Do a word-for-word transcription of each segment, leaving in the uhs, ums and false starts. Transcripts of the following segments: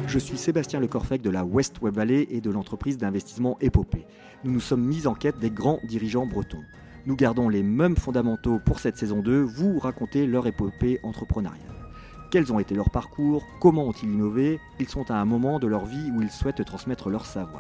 Je suis Sébastien Lecorfec de la West Web Valley et de l'entreprise d'investissement Epopée. Nous nous sommes mis en quête des grands dirigeants bretons. Nous gardons les mêmes fondamentaux pour cette saison deux, vous racontez leur épopée entrepreneuriale. Quels ont été leurs parcours, comment ont-ils innové? Ils sont à un moment de leur vie où ils souhaitent transmettre leur savoir.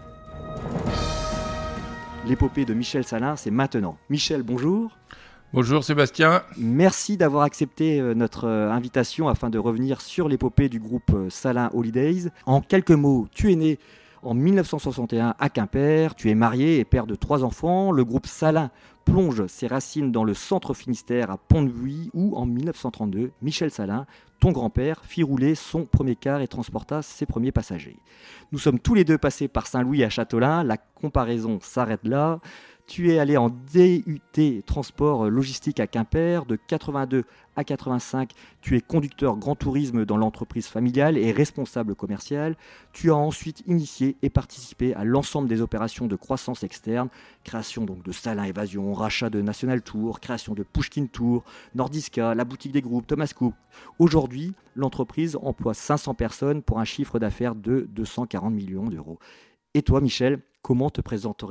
L'épopée de Michel Salin, c'est maintenant. Michel, bonjour. Bonjour Sébastien. Merci d'avoir accepté notre invitation afin de revenir sur l'épopée du groupe Salin Holidays. En quelques mots, tu es né en dix-neuf cent soixante et un à Quimper, tu es marié et père de trois enfants. Le groupe Salin plonge ses racines dans le centre Finistère à Pont-de-Buis où, en dix-neuf cent trente-deux, Michel Salin, ton grand-père, fit rouler son premier car et transporta ses premiers passagers. Nous sommes tous les deux passés par Saint-Louis à Châteaulin, la comparaison s'arrête là. Tu es allé en D U T transport logistique à Quimper. De quatre-vingt-deux à quatre-vingt-cinq, tu es conducteur grand tourisme dans l'entreprise familiale et responsable commercial. Tu as ensuite initié et participé à l'ensemble des opérations de croissance externe, création donc de Salin Évasion, rachat de National Tour, création de Pushkin Tour, Nordiska, la boutique des groupes, Thomas Cook. Aujourd'hui, l'entreprise emploie cinq cents personnes pour un chiffre d'affaires de deux cent quarante millions d'euros. Et toi, Michel, comment te présenterais-tu ?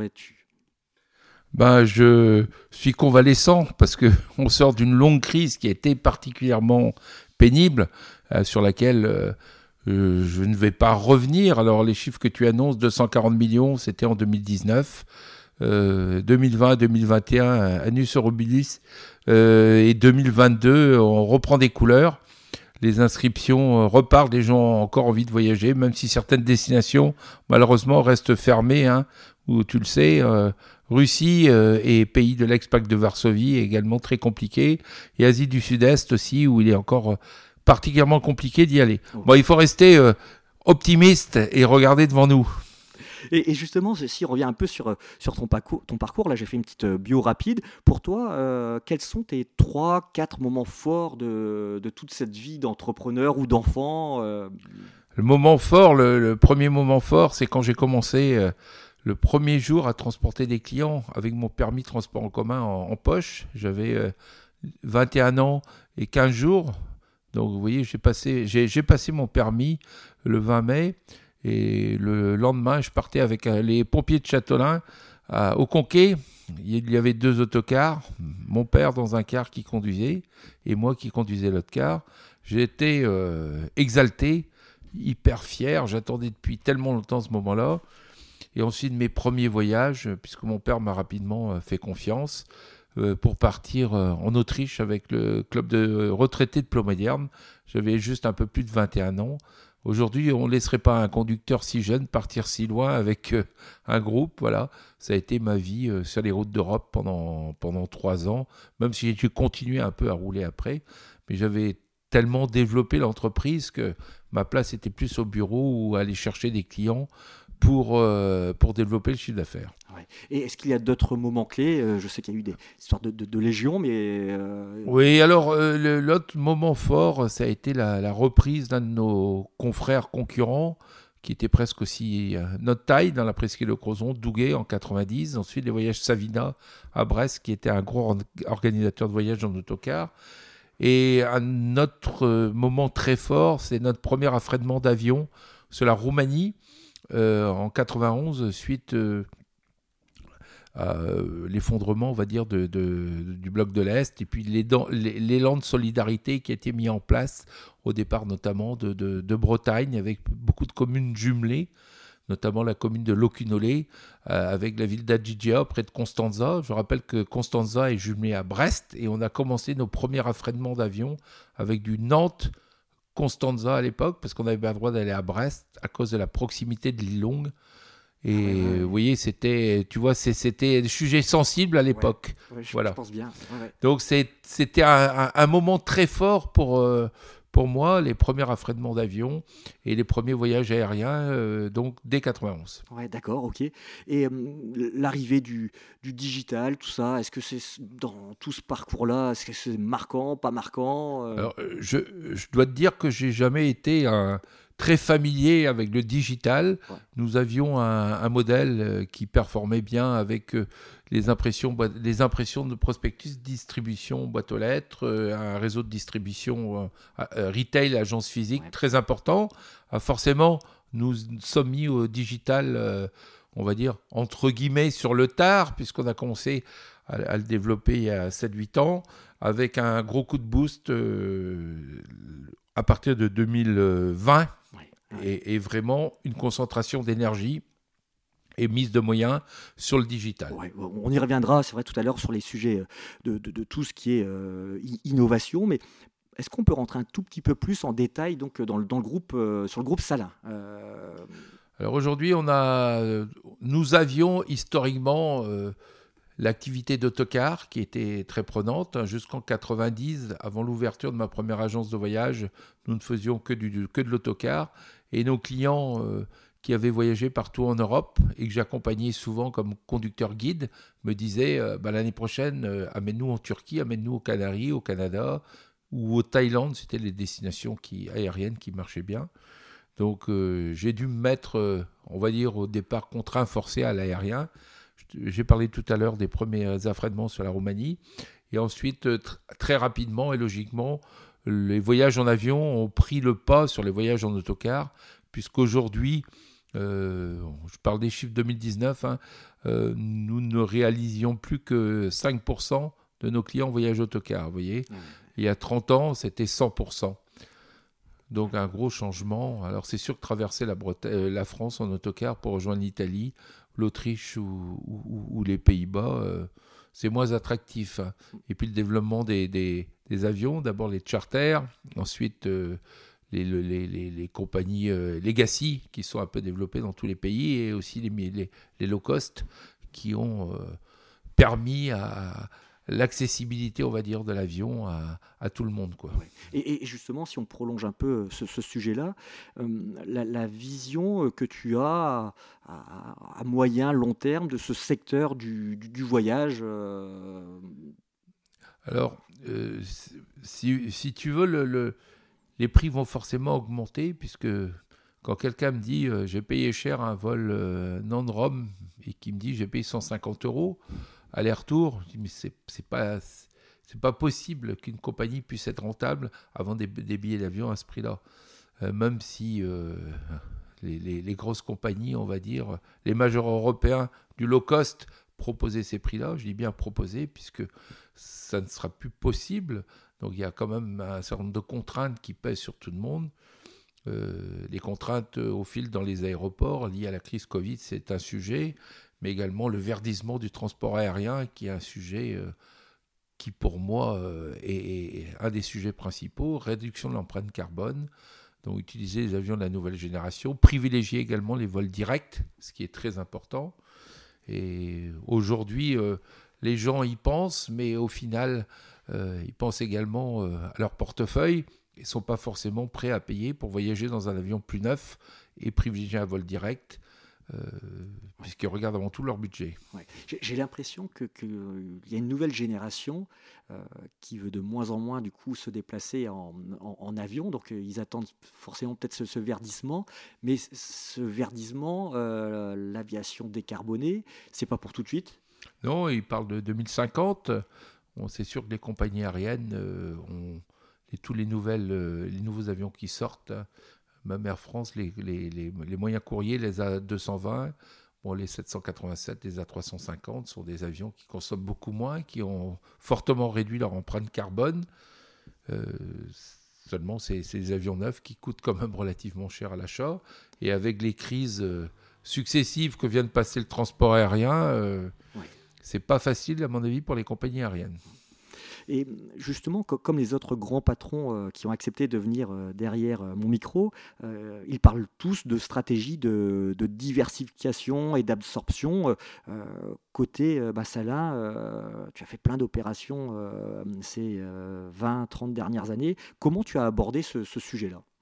Ben, je suis convalescent parce qu'on sort d'une longue crise qui a été particulièrement pénible, euh, sur laquelle euh, euh, je ne vais pas revenir. Alors, les chiffres que tu annonces, deux cent quarante millions, c'était en deux mille dix-neuf. Euh, deux mille vingt, deux mille vingt et un, Annus Horribilis. Euh, et deux mille vingt-deux, on reprend des couleurs. Les inscriptions repartent, les gens ont encore envie de voyager, même si certaines destinations, malheureusement, restent fermées, hein, où tu le sais, euh, Russie euh, et pays de l'ex-pacte de Varsovie également très compliqué, et Asie du Sud-Est aussi, où il est encore euh, particulièrement compliqué d'y aller. Oh. Bon, il faut rester euh, optimiste et regarder devant nous. Et, et justement, si on revient un peu sur, sur ton, parcours, ton parcours, là j'ai fait une petite bio rapide. Pour toi, euh, quels sont tes trois quatre moments forts de, de toute cette vie d'entrepreneur ou d'enfant euh... Le moment fort, le, le premier moment fort, c'est quand j'ai commencé euh, le premier jour à transporter des clients avec mon permis de transport en commun en, en poche. J'avais euh, vingt et un ans et quinze jours. Donc vous voyez, j'ai passé, j'ai, j'ai passé mon permis le vingt mai. Et le lendemain, je partais avec les pompiers de Châteaulin à, au Conquet. Il y avait deux autocars, mon père dans un car qui conduisait et moi qui conduisais l'autre car. J'étais euh, exalté, hyper fier. J'attendais depuis tellement longtemps ce moment-là. Et ensuite, mes premiers voyages, puisque mon père m'a rapidement fait confiance, euh, pour partir euh, en Autriche avec le club de retraités de Ploemodierne. J'avais juste un peu plus de vingt et un ans. Aujourd'hui, on ne laisserait pas un conducteur si jeune partir si loin avec euh, un groupe. Voilà, ça a été ma vie euh, sur les routes d'Europe pendant, pendant trois ans, même si j'ai continué un peu à rouler après. Mais j'avais tellement développé l'entreprise que ma place était plus au bureau ou aller chercher des clients pour, euh, pour développer le chiffre d'affaires. Ouais. Et est-ce qu'il y a d'autres moments clés ? euh, Je sais qu'il y a eu des histoires de, de, de légion, mais... Euh... Oui, alors euh, le, l'autre moment fort, ça a été la, la reprise d'un de nos confrères concurrents, qui était presque aussi euh, notre taille dans la presqu'île de Crozon, Douguet en quatre-vingt-dix. Ensuite, les voyages Savina à Brest, qui était un gros organisateur de voyages en autocar. Et un autre euh, moment très fort, c'est notre premier affrètement d'avion sur la Roumanie euh, en quatre-vingt-onze, suite... Euh, Euh, l'effondrement, on va dire, de, de, du bloc de l'Est, et puis l'élan, l'élan de solidarité qui a été mis en place au départ notamment de, de, de Bretagne, avec beaucoup de communes jumelées, notamment la commune de Locunolé, euh, avec la ville d'Adjidja, près de Constanza. Je rappelle que Constanza est jumelée à Brest, et on a commencé nos premiers affrètements d'avion avec du Nantes-Constanza à l'époque, parce qu'on n'avait pas le droit d'aller à Brest à cause de la proximité de l'île Longue. Et ah ouais, ouais. Vous voyez, c'était, tu vois, c'est, c'était des sujets sensibles à l'époque. Ouais, ouais, je, voilà. je pense bien. Ouais, ouais. Donc c'est, c'était un, un, un moment très fort pour, euh, pour moi, les premiers affrètements d'avion et les premiers voyages aériens, euh, donc dès quatre-vingt-onze. Ouais, d'accord, ok. Et euh, l'arrivée du, du digital, tout ça, est-ce que c'est dans tout ce parcours-là, est-ce que c'est marquant, pas marquant euh... Alors, je, je dois te dire que j'ai jamais été un très familier avec le digital. Ouais. Nous avions un, un modèle euh, qui performait bien avec euh, les impressions, les impressions de prospectus, distribution, boîte aux lettres, euh, un réseau de distribution euh, euh, retail, agence physique ouais. très important. Euh, forcément, nous sommes mis au digital, euh, on va dire, entre guillemets, sur le tard, puisqu'on a commencé à, à le développer il y a sept huit ans, avec un gros coup de boost euh, à partir de deux mille vingt, ouais, ouais. Et, et vraiment une concentration d'énergie et mise de moyens sur le digital. Ouais, on y reviendra, c'est vrai, tout à l'heure sur les sujets de, de, de tout ce qui est euh, innovation, mais est-ce qu'on peut rentrer un tout petit peu plus en détail donc, dans, le, dans le groupe, euh, sur le groupe Salin euh... Alors aujourd'hui, on a, nous avions historiquement euh, l'activité d'autocar qui était très prenante. Jusqu'en quatre-vingt-dix, avant l'ouverture de ma première agence de voyage, nous ne faisions que, du, que de l'autocar. Et nos clients euh, qui avaient voyagé partout en Europe et que j'accompagnais souvent comme conducteur guide me disaient euh, bah, l'année prochaine, euh, amène-nous en Turquie, amène-nous aux Canaries, au Canada ou au Thaïlande. C'était les destinations qui, aériennes qui marchaient bien. Donc euh, j'ai dû me mettre, euh, on va dire au départ, contraint, forcé à l'aérien. J'ai parlé tout à l'heure des premiers affrènements sur la Roumanie. Et ensuite, tr- très rapidement et logiquement, les voyages en avion ont pris le pas sur les voyages en autocar, puisqu'aujourd'hui, euh, je parle des chiffres deux mille dix-neuf, hein, euh, nous ne réalisions plus que cinq pour cent de nos clients en voyage autocar. Vous voyez, mmh. Il y a trente ans, c'était cent pour cent. Donc un gros changement. Alors c'est sûr que traverser la, Breta- euh, la France en autocar pour rejoindre l'Italie, l'Autriche ou, ou, ou les Pays-Bas, euh, c'est moins attractif. Hein. Et puis le développement des, des, des avions, d'abord les charters, ensuite euh, les, les, les, les compagnies euh, legacy qui sont un peu développées dans tous les pays et aussi les, les, les low cost qui ont euh, permis à... l'accessibilité, on va dire, de l'avion à, à tout le monde, quoi. Ouais. Et, et justement, si on prolonge un peu ce, ce sujet-là, euh, la, la vision que tu as à, à, à moyen, long terme de ce secteur du, du, du voyage euh... Alors, euh, si, si tu veux, le, le, les prix vont forcément augmenter, puisque quand quelqu'un me dit euh, j'ai payé cher un vol euh, non-Rome et qui me dit j'ai payé cent cinquante euros, aller-retour, je dis mais c'est, c'est pas c'est pas possible qu'une compagnie puisse être rentable avant des, des billets d'avion à ce prix-là. Euh, même si euh, les, les, les grosses compagnies, on va dire, les majors européens du low cost proposaient ces prix-là, je dis bien proposer puisque ça ne sera plus possible. Donc il y a quand même un certain nombre de contraintes qui pèsent sur tout le monde. Euh, les contraintes au fil dans les aéroports liées à la crise Covid, c'est un sujet, mais également le verdissement du transport aérien qui est un sujet euh, qui pour moi euh, est, est un des sujets principaux, réduction de l'empreinte carbone, donc utiliser les avions de la nouvelle génération, privilégier également les vols directs, ce qui est très important. Et aujourd'hui, euh, les gens y pensent, mais au final, euh, ils pensent également euh, à leur portefeuille et ne sont pas forcément prêts à payer pour voyager dans un avion plus neuf et privilégier un vol direct. Euh, puisqu'ils regardent avant tout leur budget. Ouais. J'ai, j'ai l'impression que, que y a une nouvelle génération euh, qui veut de moins en moins du coup se déplacer en, en, en avion, donc euh, ils attendent forcément peut-être ce, ce verdissement, mais ce verdissement, euh, l'aviation décarbonée, c'est pas pour tout de suite. Non, ils parlent de deux mille cinquante. Bon, c'est sûr que les compagnies aériennes euh, ont et tous les nouvelles, euh, les nouveaux avions qui sortent. Hein, même Air France, les, les, les, les moyens courriers, les A deux cent vingt, bon, les sept cent quatre-vingt-sept, les A trois cent cinquante sont des avions qui consomment beaucoup moins, qui ont fortement réduit leur empreinte carbone. Euh, seulement, c'est, c'est des avions neufs qui coûtent quand même relativement cher à l'achat. Et avec les crises euh, successives que vient de passer le transport aérien, euh, ouais. c'est pas facile, à mon avis, pour les compagnies aériennes. Et justement, comme les autres grands patrons euh, qui ont accepté de venir euh, derrière euh, mon micro, euh, ils parlent tous de stratégie de, de diversification et d'absorption. Euh, côté euh, bah, Salin, euh, tu as fait plein d'opérations euh, ces euh, vingt trente dernières années. Comment tu as abordé ce, ce sujet-là ?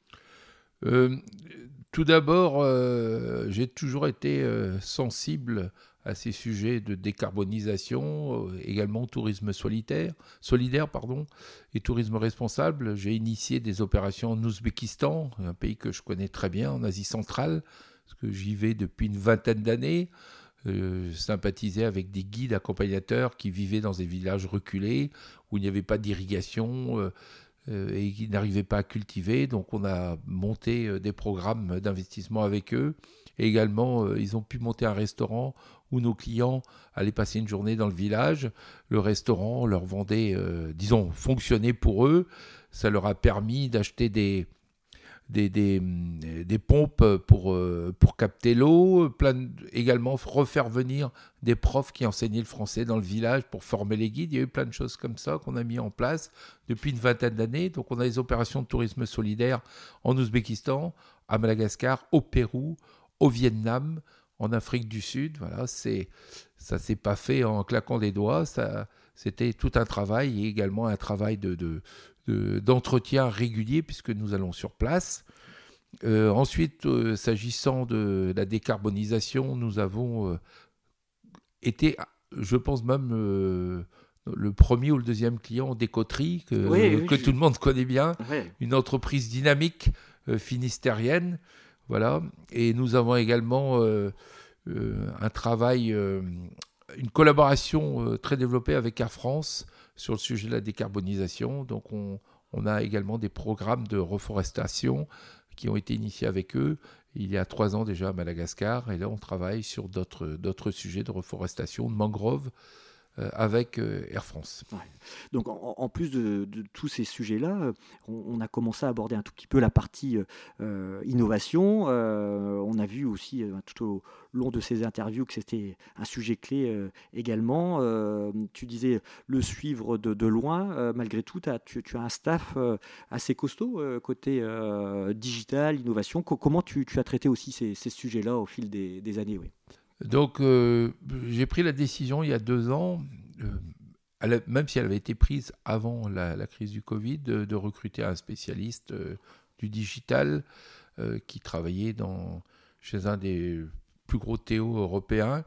Euh, tout d'abord, euh, j'ai toujours été euh, sensible à ces sujets de décarbonisation, euh, également tourisme solitaire, solidaire pardon, et tourisme responsable. J'ai initié des opérations en Ouzbékistan, un pays que je connais très bien, en Asie centrale, parce que j'y vais depuis une vingtaine d'années. Euh, je sympathisais avec des guides accompagnateurs qui vivaient dans des villages reculés, où il n'y avait pas d'irrigation, euh, euh, et qui n'arrivaient pas à cultiver. Donc on a monté euh, des programmes d'investissement avec eux. Et également, euh, ils ont pu monter un restaurant où nos clients allaient passer une journée dans le village. Le restaurant leur vendait, euh, disons, fonctionnait pour eux. Ça leur a permis d'acheter des, des, des, des pompes pour, euh, pour capter l'eau, plein de, également refaire venir des profs qui enseignaient le français dans le village pour former les guides. Il y a eu plein de choses comme ça qu'on a mis en place depuis une vingtaine d'années. Donc on a des opérations de tourisme solidaire en Ouzbékistan, à Madagascar, au Pérou, au Vietnam, en Afrique du Sud. Voilà, c'est, ça ne s'est pas fait en claquant des doigts. Ça, c'était tout un travail et également un travail de... de De, d'entretien régulier puisque nous allons sur place. Euh, ensuite, euh, s'agissant de la décarbonisation, nous avons euh, été, je pense même, euh, le premier ou le deuxième client d'Écoterie, que, Oui, oui, que je... tout le monde connaît bien, oui. une entreprise dynamique euh, finistérienne. Voilà. Et nous avons également euh, euh, un travail, euh, une collaboration euh, très développée avec Air France sur le sujet de la décarbonisation. Donc on, on a également des programmes de reforestation qui ont été initiés avec eux il y a trois ans déjà à Madagascar. Et là, on travaille sur d'autres, d'autres sujets de reforestation, de mangroves, euh, avec euh, Air France. Ouais. Donc en, en plus de, de tous ces sujets-là, on, on a commencé à aborder un tout petit peu la partie euh, innovation. Euh, on a vu aussi euh, tout au long de ces interviews que c'était un sujet clé euh, également. Euh, tu disais le suivre de, de loin. Euh, malgré tout, tu, tu as un staff euh, assez costaud euh, côté euh, digital, innovation. Co- comment tu, tu as traité aussi ces, ces sujets-là au fil des, des années, oui. Donc, euh, j'ai pris la décision il y a deux ans, euh, elle a, même si elle avait été prise avant la, la crise du Covid, de, de recruter un spécialiste euh, du digital euh, qui travaillait dans, chez un des plus gros T O européens.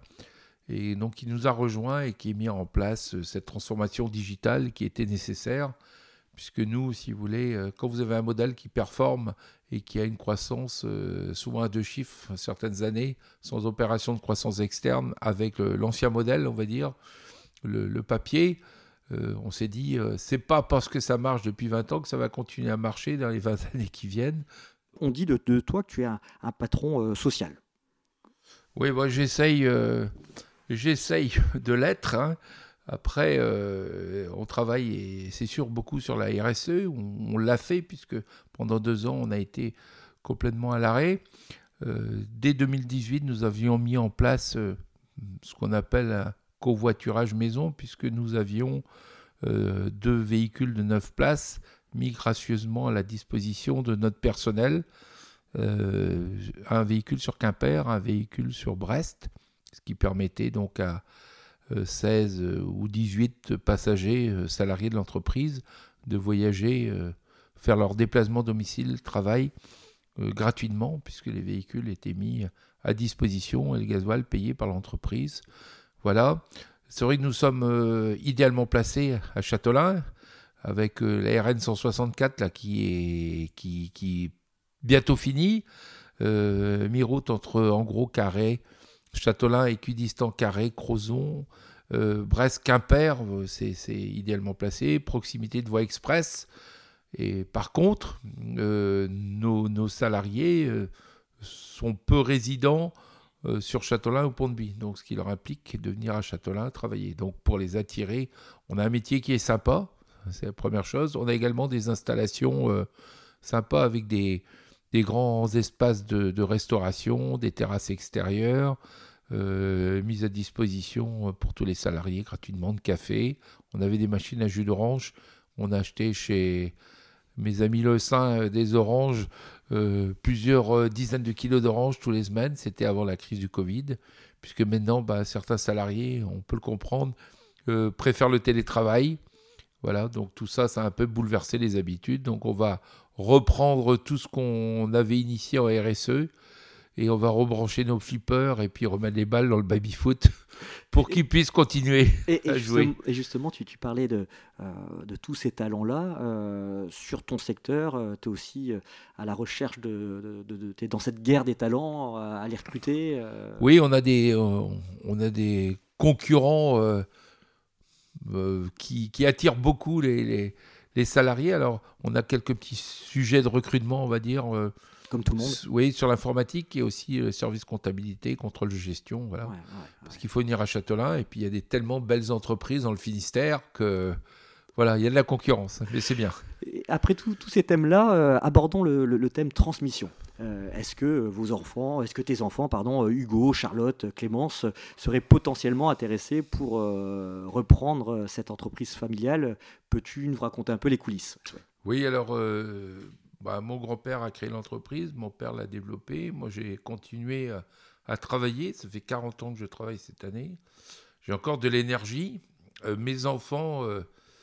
Et donc, il nous a rejoints et qui a mis en place cette transformation digitale qui était nécessaire. Puisque nous, si vous voulez, quand vous avez un modèle qui performe et qui a une croissance euh, souvent à deux chiffres certaines années, sans opération de croissance externe, avec le, l'ancien modèle, on va dire, le, le papier, euh, on s'est dit, euh, c'est pas parce que ça marche depuis vingt ans que ça va continuer à marcher dans les vingt années qui viennent. On dit de, de toi que tu es un, un patron euh, social. Oui, moi j'essaye, euh, j'essaye de l'être, hein. Après, euh, on travaille, et c'est sûr, beaucoup sur la R S E. On, on l'a fait, puisque pendant deux ans, on a été complètement à l'arrêt. Euh, dès deux mille dix-huit, nous avions mis en place euh, ce qu'on appelle un covoiturage maison, puisque nous avions euh, deux véhicules de neuf places mis gracieusement à la disposition de notre personnel. Euh, un véhicule sur Quimper, un véhicule sur Brest, ce qui permettait donc à seize ou dix-huit passagers salariés de l'entreprise de voyager, faire leur déplacement domicile-travail gratuitement, puisque les véhicules étaient mis à disposition et le gasoil payé par l'entreprise. Voilà. C'est vrai que nous sommes idéalement placés à Châtelain, avec la R N cent soixante-quatre là, qui est qui, qui bientôt finie, euh, mi-route entre en gros Carhaix, Châtelain, Équidistant, Carhaix, Crozon, euh, Brest, Quimper, c'est, c'est idéalement placé, proximité de voie express. Et par contre, euh, nos, nos salariés euh, sont peu résidents euh, sur Châtelain ou Pont-de-Buis, donc ce qui leur implique de venir à Châtelain travailler. Donc pour les attirer, on a un métier qui est sympa, c'est la première chose. On a également des installations euh, sympas avec des des grands espaces de, de restauration, des terrasses extérieures, euh, mises à disposition pour tous les salariés gratuitement de café. On avait des machines à jus d'orange. On a acheté chez mes amis Lecin des oranges, euh, plusieurs dizaines de kilos d'oranges tous les semaines. C'était avant la crise du Covid, puisque maintenant, bah, certains salariés, on peut le comprendre, euh, préfèrent le télétravail. Voilà, donc tout ça, ça a un peu bouleversé les habitudes. Donc on va reprendre tout ce qu'on avait initié en R S E et on va rebrancher nos flippers et puis remettre les balles dans le baby-foot pour qu'ils puissent continuer et, et à jouer. Justement, et justement, tu, tu parlais de, euh, de tous ces talents-là. Euh, sur ton secteur, euh, tu es aussi euh, à la recherche de... de, de, de tu es dans cette guerre des talents, euh, à les recruter. Euh... Oui, on a des, euh, on a des concurrents euh, euh, qui, qui attirent beaucoup les, les, les salariés. Alors, on a quelques petits sujets de recrutement, on va dire. Euh, Comme tout le monde. Oui, sur l'informatique et aussi le service comptabilité, contrôle de gestion, voilà. Ouais, ouais, Parce ouais. qu'il faut venir à Châtelain et puis il y a des tellement belles entreprises dans le Finistère que voilà, il y a de la concurrence, mais c'est bien. Et après tout, tous ces thèmes-là, euh, abordons le, le, le thème transmission. Euh, est-ce que vos enfants, est-ce que tes enfants, pardon, Hugo, Charlotte, Clémence, seraient potentiellement intéressés pour euh, reprendre cette entreprise familiale? Peux-tu nous raconter un peu les coulisses? Ouais. Oui, alors, euh, bah, mon grand-père a créé l'entreprise, mon père l'a développée, moi j'ai continué à, à travailler, ça fait quarante ans que je travaille cette année, j'ai encore de l'énergie, euh, mes enfants... Euh,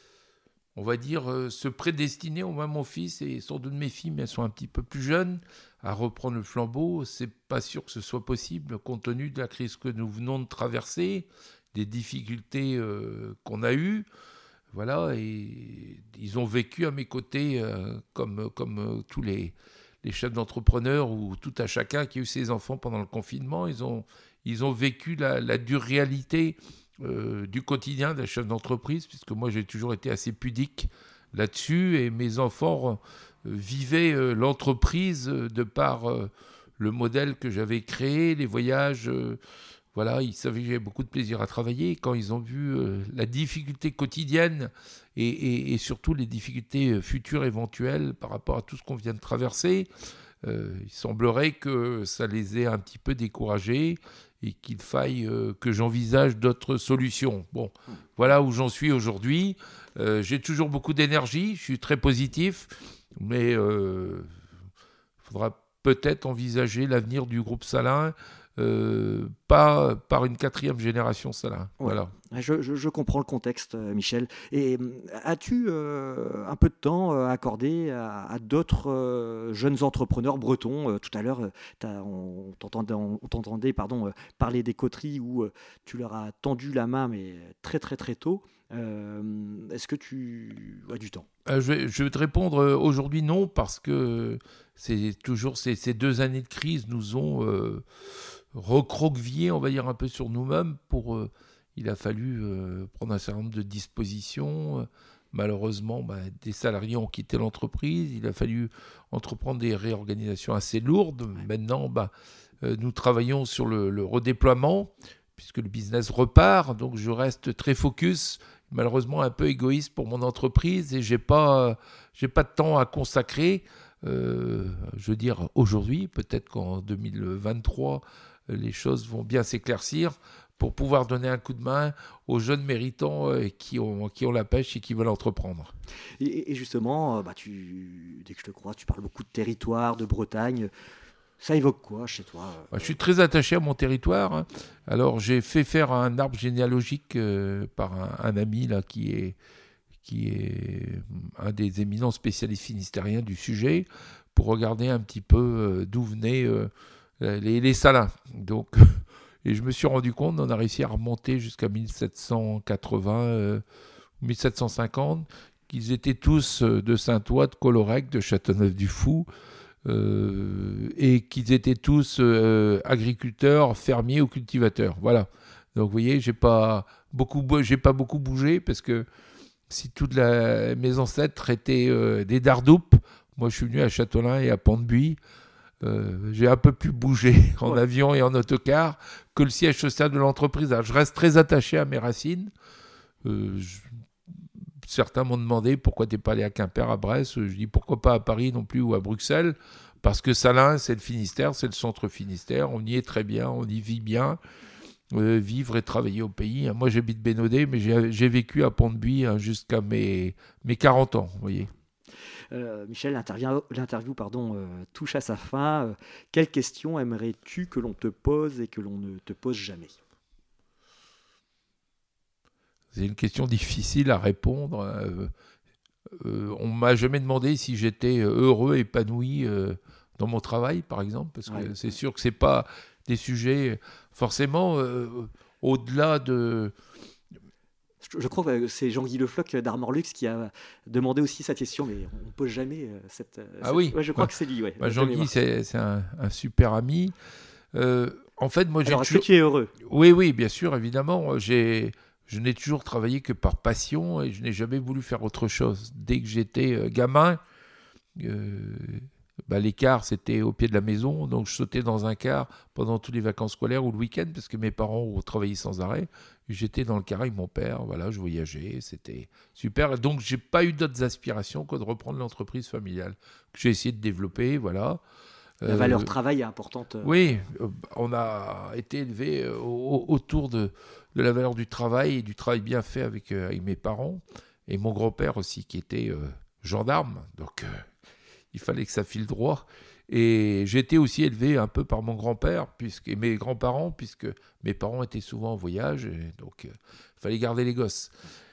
on va dire, euh, se prédestiner, au moins mon fils et sans doute mes filles, mais elles sont un petit peu plus jeunes, à reprendre le flambeau. C'est pas sûr que ce soit possible, compte tenu de la crise que nous venons de traverser, des difficultés euh, qu'on a eues. Voilà, et ils ont vécu à mes côtés, euh, comme, comme euh, tous les, les chefs d'entrepreneurs ou tout à chacun qui a eu ses enfants pendant le confinement. Ils ont, ils ont vécu la, la dure réalité Euh, du quotidien d'un chef d'entreprise, puisque moi j'ai toujours été assez pudique là-dessus, et mes enfants euh, vivaient euh, l'entreprise euh, de par euh, le modèle que j'avais créé, les voyages, euh, voilà, ils savaient que j'avais beaucoup de plaisir à travailler. Quand ils ont vu euh, la difficulté quotidienne et, et, et surtout les difficultés futures éventuelles par rapport à tout ce qu'on vient de traverser, euh, il semblerait que ça les ait un petit peu découragés et qu'il faille euh, que j'envisage d'autres solutions. Bon, voilà où j'en suis aujourd'hui. Euh, j'ai toujours beaucoup d'énergie, je suis très positif, mais il euh, faudra peut-être envisager l'avenir du groupe Salin, euh, pas par une quatrième génération Salin. Ouais. Voilà. Je, je, je comprends le contexte, euh, Michel. Et euh, as-tu euh, un peu de temps euh, accordé à, à d'autres euh, jeunes entrepreneurs bretons? euh, Tout à l'heure, euh, t'as- on t'entendait, on t'entendait pardon, euh, parler des coteries où euh, tu leur as tendu la main, mais très très très tôt. Euh, est-ce que tu as du temps? Euh, je, vais, je vais te répondre euh, aujourd'hui non, parce que c'est toujours ces, ces deux années de crise nous ont euh, recroquevillé, on va dire, un peu sur nous-mêmes. Pour, euh, il a fallu euh, prendre un certain nombre de dispositions. Euh, malheureusement, bah, des salariés ont quitté l'entreprise. Il a fallu entreprendre des réorganisations assez lourdes. Ouais. Maintenant, bah, euh, nous travaillons sur le, le redéploiement, puisque le business repart. Donc, je reste très focus, malheureusement un peu égoïste pour mon entreprise, et j'ai pas, j'ai pas de temps à consacrer. Euh, je veux dire aujourd'hui, peut-être qu'en deux mille vingt-trois, les choses vont bien s'éclaircir pour pouvoir donner un coup de main aux jeunes méritants euh, qui ont, qui ont la pêche et qui veulent entreprendre. Et, et justement, bah, tu, dès que je te croise, tu parles beaucoup de territoire, de Bretagne. Ça évoque quoi chez toi? Je suis très attaché à mon territoire. Hein. Alors j'ai fait faire un arbre généalogique euh, par un, un ami là, qui est, qui est un des éminents spécialistes finistériens du sujet, pour regarder un petit peu euh, d'où venaient euh, les, les Salins. Donc, et je me suis rendu compte, on a réussi à remonter jusqu'à mille sept cent quatre-vingts, euh, mille sept cent cinquante, qu'ils étaient tous de Saint-Ouen, de Collorec, de Châteauneuf-du-Fou, euh, et qu'ils étaient tous euh, agriculteurs, fermiers ou cultivateurs. Voilà. Donc vous voyez, j'ai pas beaucoup, j'ai pas beaucoup bougé, parce que si toutes la, mes ancêtres étaient euh, des Dardoupes, moi je suis venu à Châtelain et à Pont-de-Buis. Euh, j'ai un peu plus bougé en ouais. avion et en autocar que le siège social de l'entreprise. Alors, je reste très attaché à mes racines. Euh, je, certains m'ont demandé pourquoi tu n'es pas allé à Quimper, à Brest. Je dis pourquoi pas à Paris non plus ou à Bruxelles. Parce que Salins, c'est le Finistère, c'est le centre Finistère. On y est très bien, on y vit bien. Euh, vivre et travailler au pays. Moi, j'habite Bénodet, mais j'ai, j'ai vécu à Pont-de-Buis hein, jusqu'à mes, mes quarante ans, vous voyez. Euh, Michel, l'interview, l'interview pardon, euh, touche à sa fin. Euh, quelles questions aimerais-tu que l'on te pose et que l'on ne te pose jamais? C'est une question difficile à répondre. Euh, euh, on m'a jamais demandé si j'étais heureux, épanoui euh, dans mon travail, par exemple, parce que Ouais. c'est sûr que c'est pas des sujets forcément euh, au-delà de. Je, je crois que c'est Jean-Guy Le Floch d'Armor Luxe qui a demandé aussi cette question, mais on ne pose jamais euh, cette, Ah cette... oui. Ouais, je crois Bah, que c'est lui. Ouais, bah Jean-Guy, c'est, c'est un, un super ami. Euh, en fait, moi, j'ai Alors, est-ce toujours... que tu es heureux? Oui, oui, bien sûr, évidemment. J'ai, je n'ai toujours travaillé que par passion et je n'ai jamais voulu faire autre chose. Dès que j'étais euh, gamin, euh, bah, les cars, c'était au pied de la maison. Donc, je sautais dans un car pendant toutes les vacances scolaires ou le week-end parce que mes parents ont travaillé sans arrêt. J'étais dans le car avec mon père. Voilà, je voyageais. C'était super. Donc, je n'ai pas eu d'autres aspirations que de reprendre l'entreprise familiale que j'ai essayé de développer. Voilà. La valeur travail est importante. Oui, on a été élevé autour de, de la valeur du travail et du travail bien fait avec, avec mes parents et mon grand-père aussi qui était euh, gendarme, donc euh, il fallait que ça file droit. Et j'ai été aussi élevé un peu par mon grand-père puisque, et mes grands-parents, puisque mes parents étaient souvent en voyage, et donc il euh, fallait garder les gosses.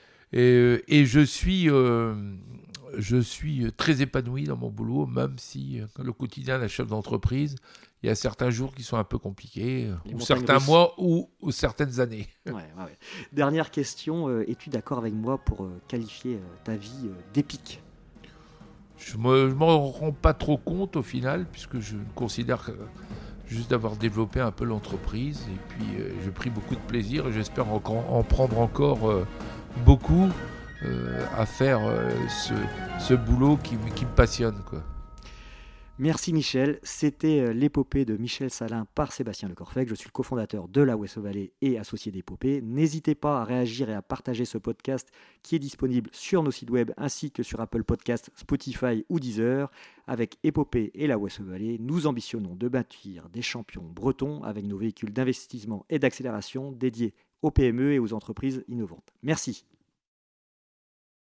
Et, et je suis... Euh, Je suis très épanoui dans mon boulot, même si le quotidien d'un chef d'entreprise, il y a certains jours qui sont un peu compliqués, Les ou certains russes. mois, ou, ou certaines années. Ouais, ouais, ouais. Dernière question, euh, es-tu d'accord avec moi pour euh, qualifier euh, ta vie euh, d'épique? Je ne m'en rends pas trop compte au final, puisque je considère que juste d'avoir développé un peu l'entreprise, et puis euh, j'ai pris beaucoup de plaisir, et j'espère en, en prendre encore euh, beaucoup. Euh, à faire euh, ce, ce boulot qui, qui me passionne, quoi. Merci Michel, c'était l'épopée de Michel Salin par Sébastien Le Corfec. Je suis le cofondateur de la Wesso Valley et associé d'Épopée. N'hésitez pas à réagir et à partager ce podcast qui est disponible sur nos sites web ainsi que sur Apple Podcasts, Spotify ou Deezer. Avec Épopée et la Wesso Valley, nous ambitionnons de bâtir des champions bretons avec nos véhicules d'investissement et d'accélération dédiés aux P M E et aux entreprises innovantes. Merci.